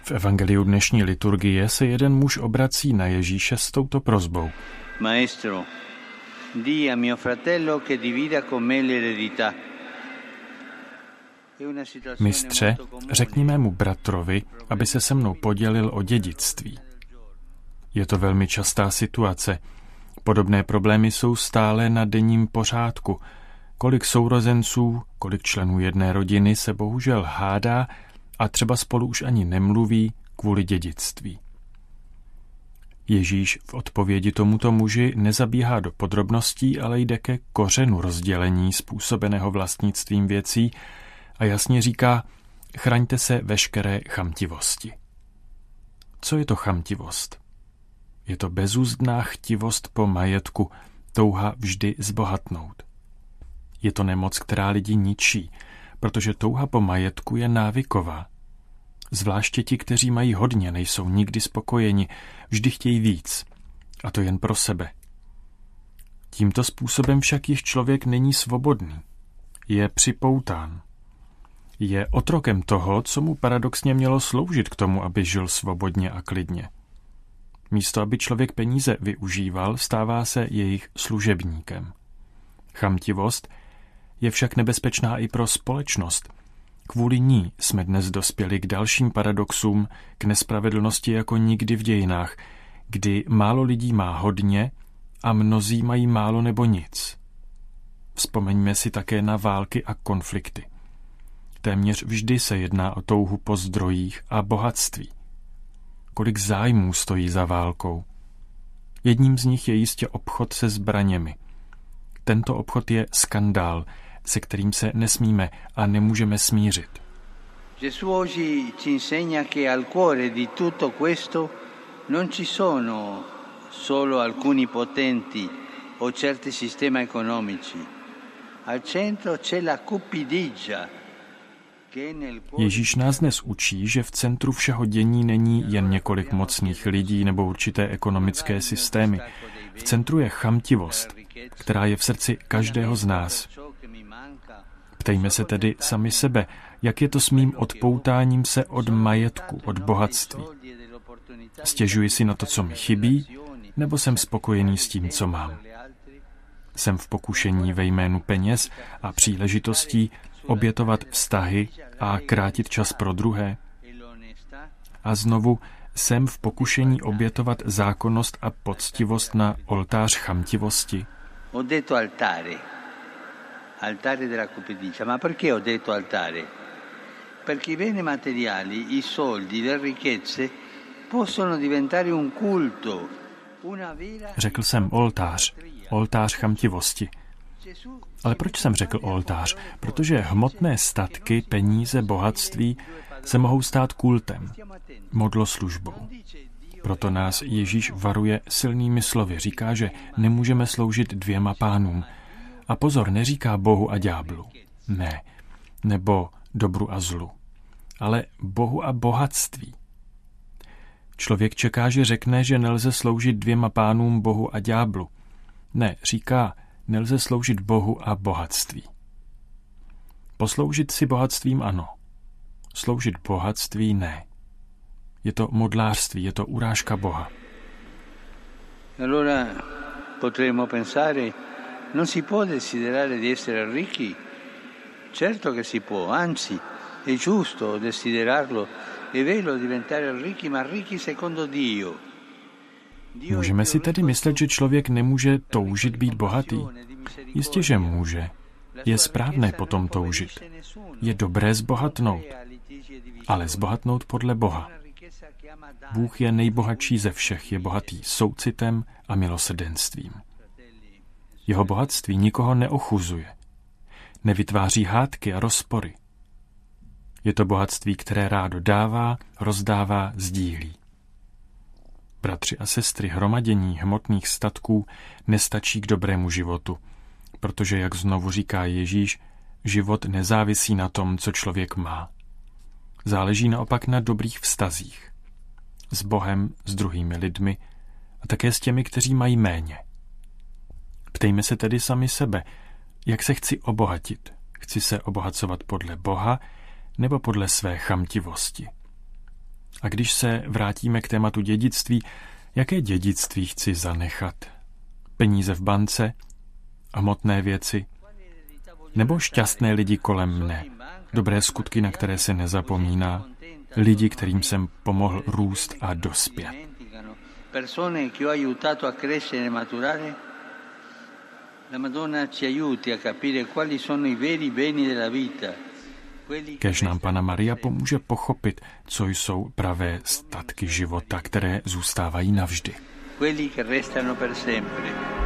V evangeliu dnešní liturgie se jeden muž obrací na Ježíše s touto prosbou. Maestro, di a mio fratello che divida con me l'eredità. Mistře, řekni mému bratrovi, aby se se mnou podělil o dědictví. Je to velmi častá situace. Podobné problémy jsou stále na denním pořádku. Kolik sourozenců, kolik členů jedné rodiny se bohužel hádá a třeba spolu už ani nemluví kvůli dědictví. Ježíš v odpovědi tomuto muži nezabíhá do podrobností, ale jde ke kořenu rozdělení způsobeného vlastnictvím věcí a jasně říká, chraňte se veškeré chamtivosti. Co je to chamtivost? Je to bezúzdná chtivost po majetku, touha vždy zbohatnout. Je to nemoc, která lidi ničí, protože touha po majetku je návyková. Zvláště ti, kteří mají hodně, nejsou nikdy spokojeni, vždy chtějí víc, a to jen pro sebe. Tímto způsobem však již člověk není svobodný. Je připoután. Je otrokem toho, co mu paradoxně mělo sloužit k tomu, aby žil svobodně a klidně. Místo, aby člověk peníze využíval, stává se jejich služebníkem. Chamtivost je však nebezpečná i pro společnost. Kvůli ní jsme dnes dospěli k dalším paradoxům, k nespravedlnosti jako nikdy v dějinách, kdy málo lidí má hodně a mnozí mají málo nebo nic. Vzpomeňme si také na války a konflikty. Téměř vždy se jedná o touhu po zdrojích a bohatství. Kolik zájmů stojí za válkou. Jedním z nich je jistě obchod se zbraněmi. Tento obchod je skandál, se kterým se nesmíme a nemůžeme smířit. Gesù oggi ci insegna che al cuore di tutto questo non ci sono solo alcuni potenti o certi sistemi economici. Al centro c'è la cupidigia. Ježíš nás dnes učí, že v centru všeho dění není jen několik mocných lidí nebo určité ekonomické systémy. V centru je chamtivost, která je v srdci každého z nás. Ptejme se tedy sami sebe, jak je to s mým odpoutáním se od majetku, od bohatství. Stěžuji si na to, co mi chybí, nebo jsem spokojený s tím, co mám? Jsem v pokušení ve jménu peněz a příležitostí obětovat vztahy a krátit čas pro druhé? A znovu jsem v pokušení obětovat zákonnost a poctivost na oltář chamtivosti? Ho detto altare. Altare della cupidigia. Ma perché ho detto altare? Perché i beni materiali, i soldi, le ricchezze possono diventare un culto. Řekl jsem oltář, oltář chamtivosti. Ale proč jsem řekl oltář? Protože hmotné statky, peníze, bohatství se mohou stát kultem, modloslužbou. Proto nás Ježíš varuje silnými slovy. Říká, že nemůžeme sloužit dvěma pánům. A pozor, neříká Bohu a ďáblu. Ne. Nebo dobru a zlu. Ale Bohu a bohatství. Člověk čeká, že řekne, že nelze sloužit dvěma pánům, Bohu a ďáblu. Ne, říká, nelze sloužit Bohu a bohatství. Posloužit si bohatstvím ano. Sloužit bohatství ne. Je to modlářství, je to urážka Boha. Allora potremmo pensare, non si può desiderare di essere ricchi. Certo che si può, anzi, è giusto desiderarlo. È bello diventare ricchi, ma ricchi secondo Dio. Můžeme si tedy myslet, že člověk nemůže toužit být bohatý? Jistě, že může. Je správné potom toužit. Je dobré zbohatnout. Ale zbohatnout podle Boha. Bůh je nejbohatší ze všech, je bohatý soucitem a milosrdenstvím. Jeho bohatství nikoho neochuzuje. Nevytváří hádky a rozpory. Je to bohatství, které rádo dává, rozdává, sdílí. Bratři a sestry, hromadění hmotných statků nestačí k dobrému životu, protože, jak znovu říká Ježíš, život nezávisí na tom, co člověk má. Záleží naopak na dobrých vztazích. S Bohem, s druhými lidmi a také s těmi, kteří mají méně. Ptejme se tedy sami sebe, jak se chci obohatit. Chci se obohacovat podle Boha nebo podle své chamtivosti. A když se vrátíme k tématu dědictví, jaké dědictví chci zanechat? Peníze v bance a hmotné věci? Nebo šťastné lidi kolem mne? Dobré skutky, na které se nezapomíná? Lidi, kterým jsem pomohl růst a dospět? Persone che ho aiutato a crescere e maturare? La Madonna ci aiuti a capire quali sono i veri beni della vita. Kéž nám Panna Maria pomůže pochopit, co jsou pravé statky života, které zůstávají navždy. Quelli che restano per sempre.